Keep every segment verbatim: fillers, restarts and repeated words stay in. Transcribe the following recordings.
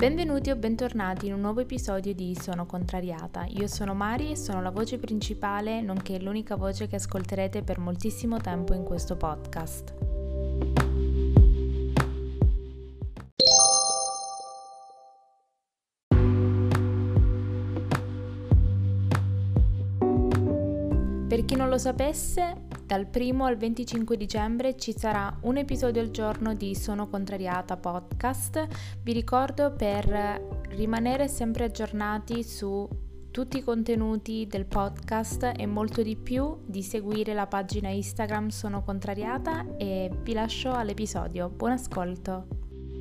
Benvenuti o bentornati in un nuovo episodio di Sono Contrariata. Io sono Mari e sono la voce principale, nonché l'unica voce che ascolterete per moltissimo tempo in questo podcast. Per chi non lo sapesse, dal primo al venticinque dicembre ci sarà un episodio al giorno di Sono Contrariata podcast. Vi ricordo, per rimanere sempre aggiornati su tutti i contenuti del podcast e molto di più, di seguire la pagina Instagram Sono Contrariata, e vi lascio all'episodio. Buon ascolto!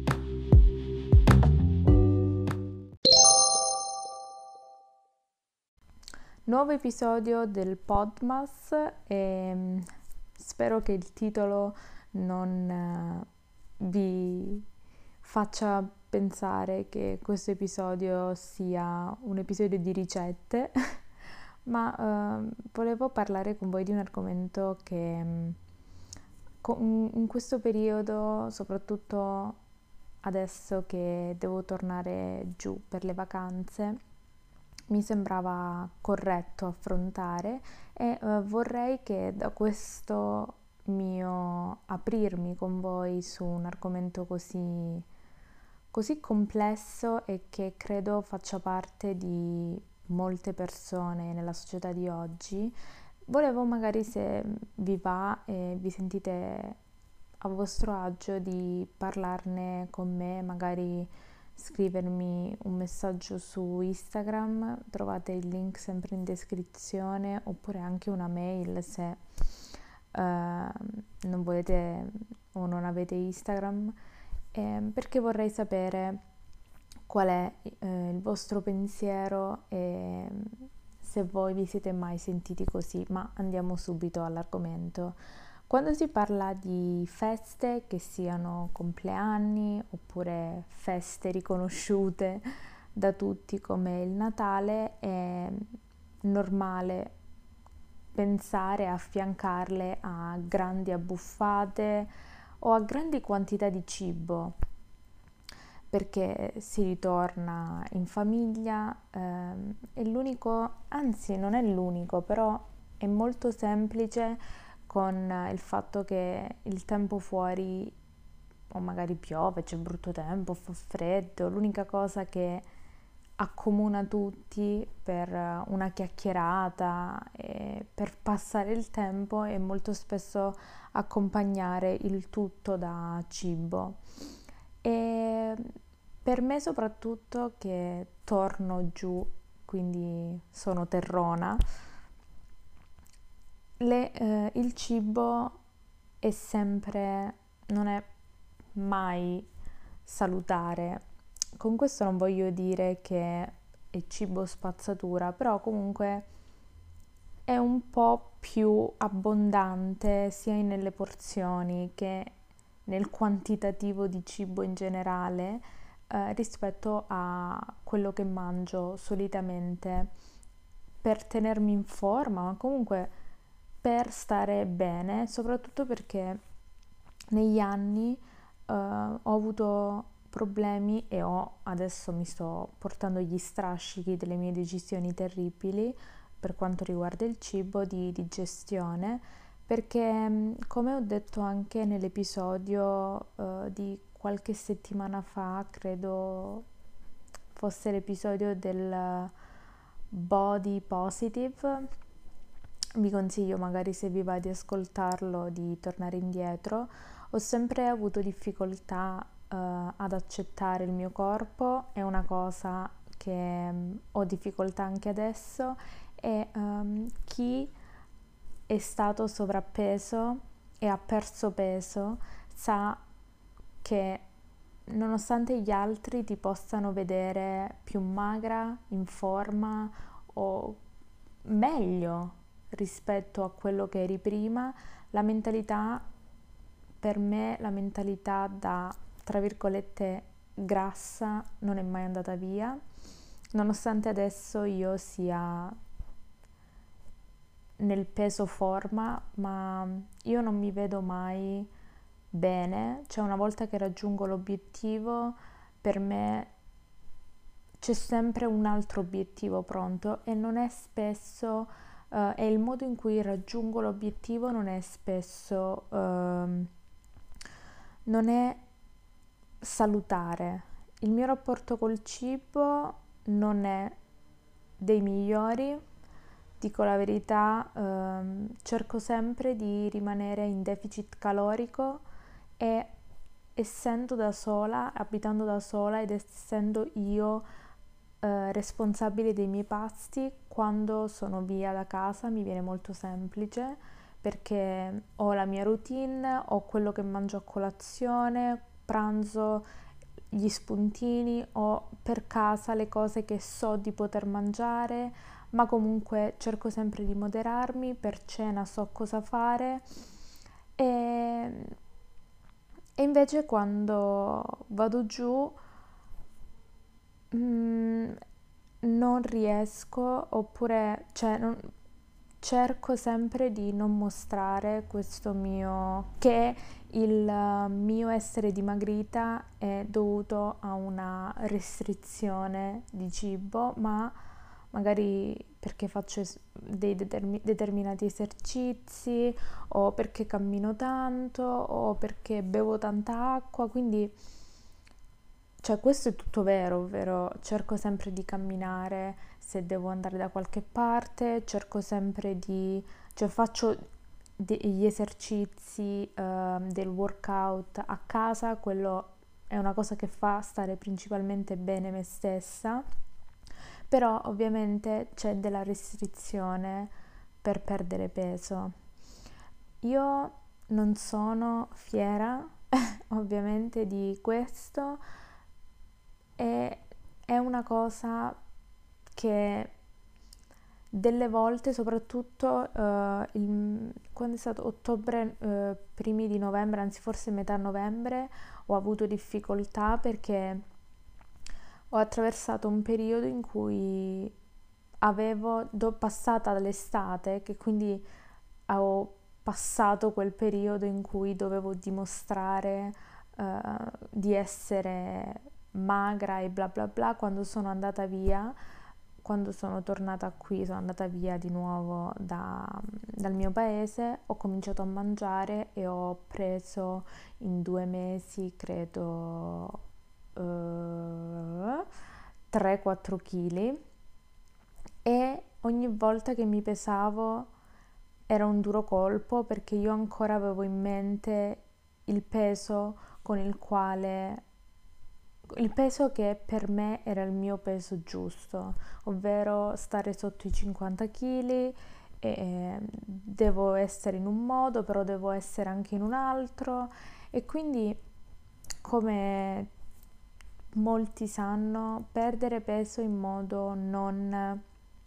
Nuovo episodio del Podmas e spero che il titolo non vi faccia pensare che questo episodio sia un episodio di ricette, ma eh, volevo parlare con voi di un argomento che in questo periodo, soprattutto adesso che devo tornare giù per le vacanze, mi sembrava corretto affrontare e uh, vorrei che da questo mio aprirmi con voi su un argomento così, così complesso e che credo faccia parte di molte persone nella società di oggi, volevo magari, se vi va e vi sentite a vostro agio, di parlarne con me, magari scrivermi un messaggio su Instagram, trovate il link sempre in descrizione, oppure anche una mail se uh, non volete o non avete Instagram, eh, perché vorrei sapere qual è eh, il vostro pensiero e se voi vi siete mai sentiti così. Ma andiamo subito all'argomento. Quando si parla di feste, che siano compleanni oppure feste riconosciute da tutti come il Natale, è normale pensare a affiancarle a grandi abbuffate o a grandi quantità di cibo, perché si ritorna in famiglia, ehm, è l'unico, anzi non è l'unico, però è molto semplice con il fatto che il tempo fuori, o magari piove, c'è brutto tempo, fa freddo, l'unica cosa che accomuna tutti per una chiacchierata e per passare il tempo è molto spesso accompagnare il tutto da cibo. E per me, soprattutto, che torno giù, quindi sono terrona, Le, eh, il cibo è sempre, non è mai salutare. Con questo non voglio dire che è cibo spazzatura, però comunque è un po' più abbondante sia nelle porzioni che nel quantitativo di cibo in generale, eh, rispetto a quello che mangio solitamente per tenermi in forma, ma comunque per stare bene, soprattutto perché negli anni uh, ho avuto problemi e ho, adesso mi sto portando gli strascichi delle mie decisioni terribili per quanto riguarda il cibo, di digestione, perché, come ho detto anche nell'episodio uh, di qualche settimana fa, credo fosse l'episodio del body positive, vi consiglio, magari se vi va di ascoltarlo, di tornare indietro. Ho sempre avuto difficoltà uh, ad accettare il mio corpo, è una cosa che um, ho difficoltà anche adesso, e um, chi è stato sovrappeso e ha perso peso sa che nonostante gli altri ti possano vedere più magra, in forma o meglio rispetto a quello che eri prima, la mentalità, per me la mentalità da, tra virgolette, grassa non è mai andata via, nonostante adesso io sia nel peso forma, ma io non mi vedo mai bene, cioè una volta che raggiungo l'obiettivo, per me c'è sempre un altro obiettivo pronto e non è spesso, eh, e il modo in cui raggiungo l'obiettivo non è spesso, ehm, non è salutare. Il mio rapporto col cibo non è dei migliori, dico la verità, ehm, cerco sempre di rimanere in deficit calorico e essendo da sola, abitando da sola ed essendo io eh, responsabile dei miei pasti, quando sono via da casa mi viene molto semplice perché ho la mia routine, ho quello che mangio a colazione, pranzo, gli spuntini, ho per casa le cose che so di poter mangiare, ma comunque cerco sempre di moderarmi, per cena so cosa fare e, e invece quando vado giù mm, non riesco oppure cioè, non- cerco sempre di non mostrare questo mio che il eh, mio essere dimagrita è dovuto a una restrizione di cibo, ma magari perché faccio es- dei determi- determinati esercizi o perché cammino tanto o perché bevo tanta acqua, quindi cioè questo è tutto vero, ovvero cerco sempre di camminare se devo andare da qualche parte, cerco sempre di, cioè faccio degli esercizi, ehm, del workout a casa, quello è una cosa che fa stare principalmente bene me stessa, però ovviamente c'è della restrizione per perdere peso. Io non sono fiera ovviamente di questo e è una cosa che delle volte, soprattutto eh, il- quando è stato ottobre, eh, primi di novembre, anzi forse metà novembre, ho avuto difficoltà perché ho attraversato un periodo in cui avevo, do, passata l'estate, che quindi ho passato quel periodo in cui dovevo dimostrare eh, di essere magra e bla bla bla, quando sono andata via, quando sono tornata qui, sono andata via di nuovo da- dal mio paese, ho cominciato a mangiare e ho preso in due mesi, credo, eh, tre quattro kg e ogni volta che mi pesavo era un duro colpo perché io ancora avevo in mente il peso con il quale il peso che per me era il mio peso giusto, ovvero stare sotto i cinquanta chili e devo essere in un modo, però devo essere anche in un altro e quindi come molti sanno, perdere peso in modo non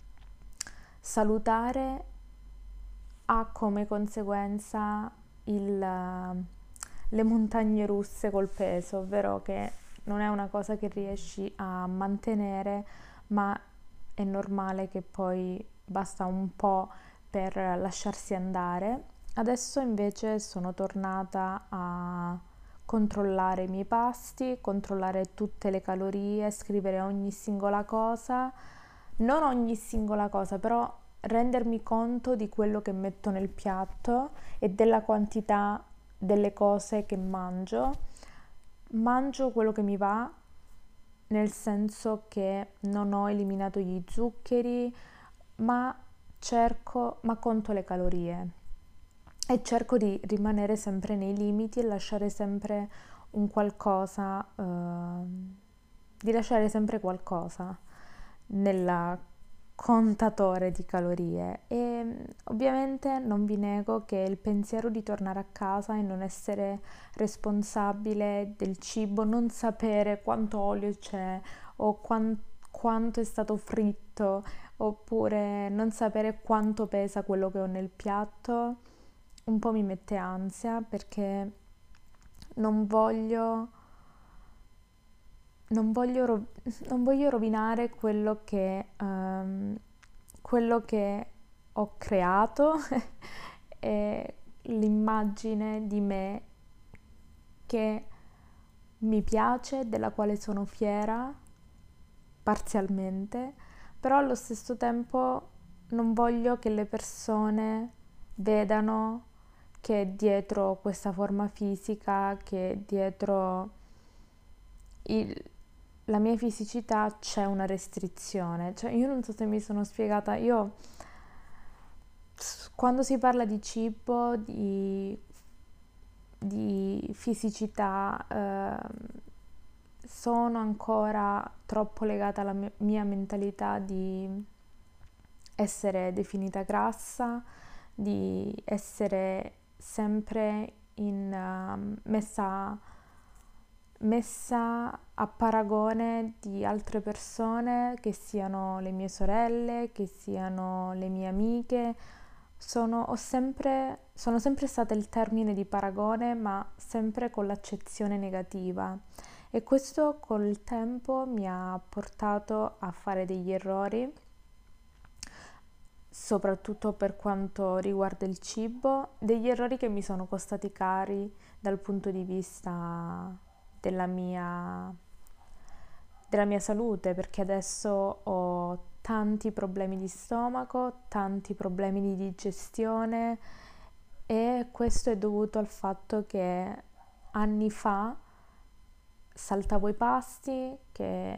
salutare ha come conseguenza il, le montagne russe col peso, ovvero che non è una cosa che riesci a mantenere, ma è normale che poi basta un po' per lasciarsi andare. Adesso invece sono tornata a controllare i miei pasti, controllare tutte le calorie, scrivere ogni singola cosa, non ogni singola cosa, però rendermi conto di quello che metto nel piatto e della quantità delle cose che mangio. Mangio quello che mi va, nel senso che non ho eliminato gli zuccheri, ma cerco, ma conto le calorie e cerco di rimanere sempre nei limiti e lasciare sempre un qualcosa, eh, di lasciare sempre qualcosa nel contatore di calorie e ovviamente non vi nego che il pensiero di tornare a casa e non essere responsabile del cibo, non sapere quanto olio c'è o quan- quanto è stato fritto oppure non sapere quanto pesa quello che ho nel piatto, un po' mi mette ansia perché non voglio, non voglio, ro- non voglio rovinare quello che, ehm, quello che ho creato e l'immagine di me che mi piace, della quale sono fiera parzialmente, però allo stesso tempo non voglio che le persone vedano che dietro questa forma fisica, che dietro il- la mia fisicità c'è una restrizione. Cioè, io non so se mi sono spiegata, io s- quando si parla di cibo, di, di fisicità, ehm, sono ancora troppo legata alla mia mia mentalità di essere definita grassa, di essere sempre in, um, messa, messa a paragone di altre persone, che siano le mie sorelle, che siano le mie amiche. Sono, ho sempre, sono sempre stata il termine di paragone, ma sempre con l'accezione negativa. E questo col tempo mi ha portato a fare degli errori, soprattutto per quanto riguarda il cibo, degli errori che mi sono costati cari dal punto di vista della mia, della mia salute, perché adesso ho tanti problemi di stomaco, tanti problemi di digestione, e questo è dovuto al fatto che anni fa saltavo i pasti, che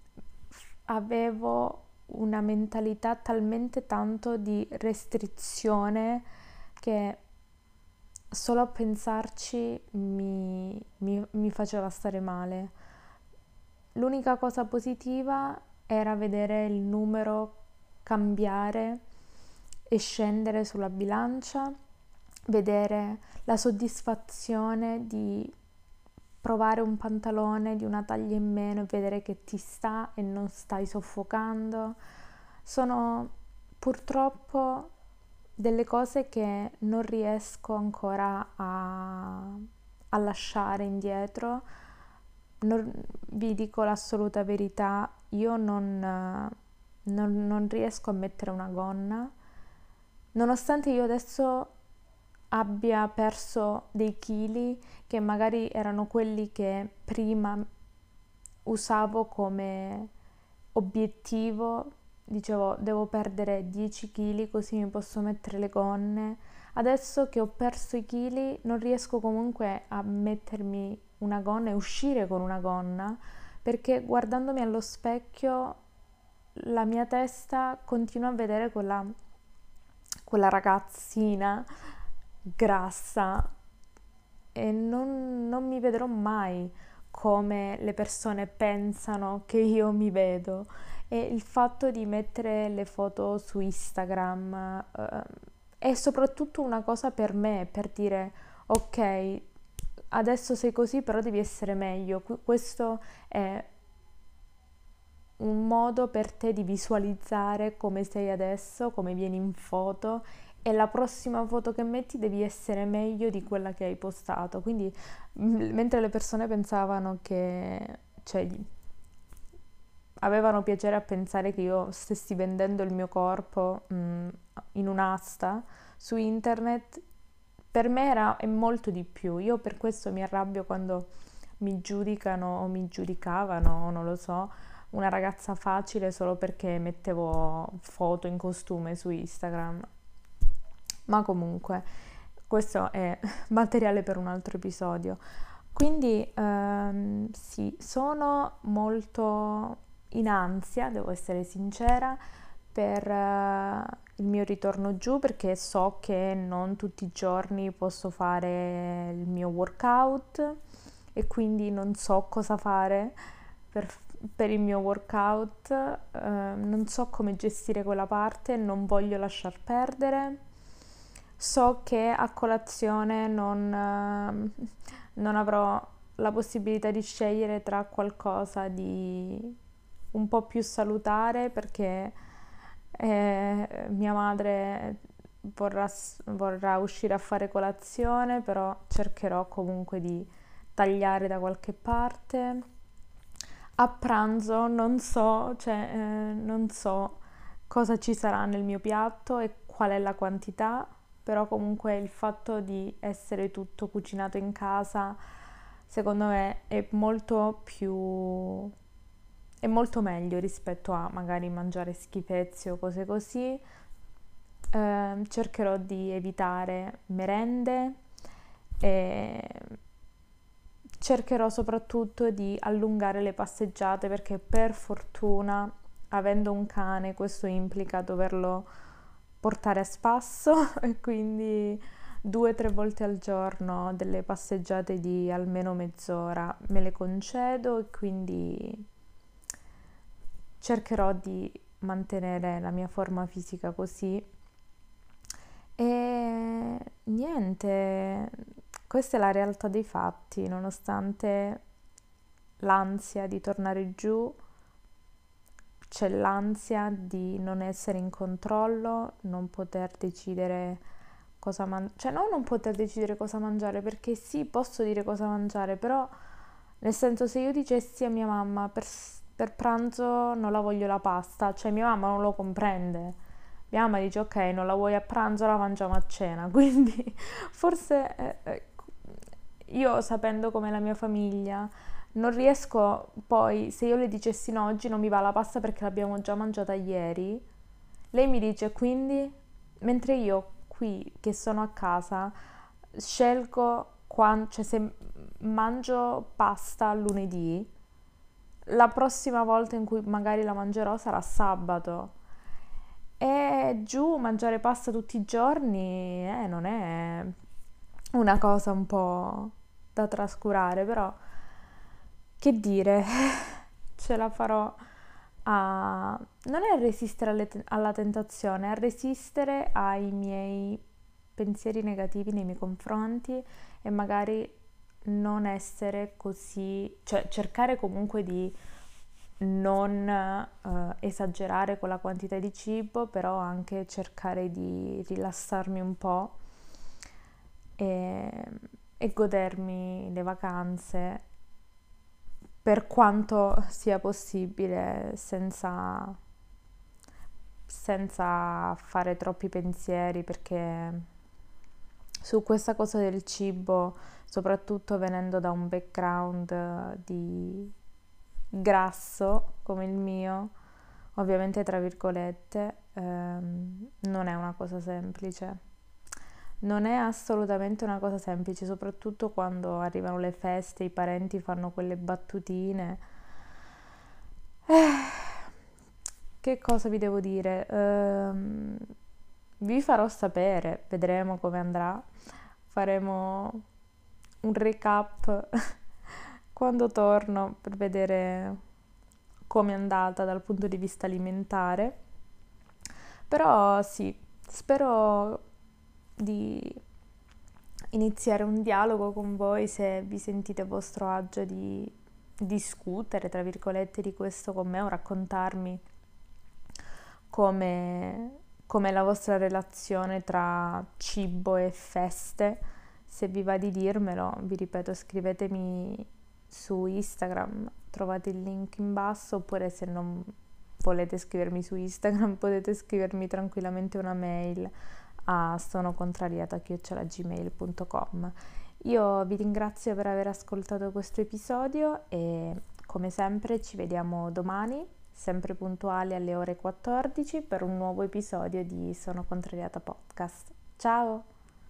avevo una mentalità talmente tanto di restrizione che solo a pensarci mi, mi- mi faceva stare male. L'unica cosa positiva era vedere il numero cambiare e scendere sulla bilancia, vedere la soddisfazione di provare un pantalone di una taglia in meno e vedere che ti sta e non stai soffocando. Sono purtroppo delle cose che non riesco ancora a, a lasciare indietro. Non, vi dico l'assoluta verità, io non, non, non riesco a mettere una gonna, nonostante io adesso abbia perso dei chili che magari erano quelli che prima usavo come obiettivo, dicevo devo perdere dieci chili così mi posso mettere le gonne. Adesso che ho perso i chili non riesco comunque a mettermi una gonna e uscire con una gonna, perché guardandomi allo specchio la mia testa continua a vedere quella, quella ragazzina grassa, e non, non mi vedrò mai come le persone pensano che io mi vedo. E il fatto di mettere le foto su Instagram eh, è soprattutto una cosa per me, per dire ok, adesso sei così, però devi essere meglio. Qu- Questo è un modo per te di visualizzare come sei adesso, come vieni in foto, e la prossima foto che metti devi essere meglio di quella che hai postato. Quindi, m- mentre le persone pensavano che, cioè, avevano piacere a pensare che io stessi vendendo il mio corpo, mh, in un'asta su internet, per me era è molto di più. Io per questo mi arrabbio quando mi giudicano o mi giudicavano, non lo so, una ragazza facile solo perché mettevo foto in costume su Instagram. Ma comunque, questo è materiale per un altro episodio. Quindi ehm, sì, sono molto in ansia, devo essere sincera, per eh, il mio ritorno giù, perché so che non tutti i giorni posso fare il mio workout e quindi non so cosa fare per, per il mio workout, eh, non so come gestire quella parte, non voglio lasciar perdere. So che a colazione non, eh, non avrò la possibilità di scegliere tra qualcosa di un po' più salutare, perché eh, mia madre vorrà, vorrà uscire a fare colazione, però cercherò comunque di tagliare da qualche parte. A pranzo non so, cioè, eh, non so cosa ci sarà nel mio piatto e qual è la quantità, però comunque il fatto di essere tutto cucinato in casa, secondo me, è molto più, è molto meglio rispetto a magari mangiare schifezze o cose così. Eh, cercherò di evitare merende e cercherò soprattutto di allungare le passeggiate perché per fortuna, avendo un cane, questo implica doverlo portare a spasso e quindi due o tre volte al giorno delle passeggiate di almeno mezz'ora me le concedo e quindi cercherò di mantenere la mia forma fisica così. E niente, questa è la realtà dei fatti, nonostante l'ansia di tornare giù, c'è l'ansia di non essere in controllo, non poter decidere cosa mangiare, cioè no, non poter decidere cosa mangiare, perché sì, posso dire cosa mangiare, però nel senso, se io dicessi a mia mamma per, per pranzo non la voglio la pasta, cioè mia mamma non lo comprende. Mia mamma dice ok, non la vuoi a pranzo, la mangiamo a cena, quindi forse eh, eh, io sapendo com'è la mia famiglia non riesco poi, se io le dicessi no, oggi non mi va la pasta perché l'abbiamo già mangiata ieri, lei mi dice quindi, mentre io qui che sono a casa scelgo quan- cioè se mangio pasta lunedì, la prossima volta in cui magari la mangerò sarà sabato. E giù mangiare pasta tutti i giorni eh, non è una cosa un po' da trascurare, però che dire, ce la farò a non è a resistere alle te- alla tentazione, è a resistere ai miei pensieri negativi nei miei confronti e magari non essere così, cioè cercare comunque di non eh, esagerare con la quantità di cibo, però anche cercare di rilassarmi un po' e, e godermi le vacanze per quanto sia possibile senza, senza fare troppi pensieri, perché su questa cosa del cibo, soprattutto venendo da un background eh, di grasso come il mio, ovviamente tra virgolette, ehm, non è una cosa semplice. Non è assolutamente una cosa semplice, soprattutto quando arrivano le feste, i parenti fanno quelle battutine. Eh, che cosa vi devo dire? Ehm, vi farò sapere, vedremo come andrà. Faremo un recap quando torno per vedere come è andata dal punto di vista alimentare. Però sì, spero di iniziare un dialogo con voi se vi sentite a vostro agio di discutere, tra virgolette, di questo con me o raccontarmi come, come è la vostra relazione tra cibo e feste. Se vi va di dirmelo, vi ripeto, scrivetemi su Instagram, trovate il link in basso, oppure se non volete scrivermi su Instagram potete scrivermi tranquillamente una mail a sonocontrariata chiocciola gmail punto com. Io vi ringrazio per aver ascoltato questo episodio e come sempre ci vediamo domani, sempre puntuali alle ore quattordici, per un nuovo episodio di Sono Contrariata Podcast. Ciao!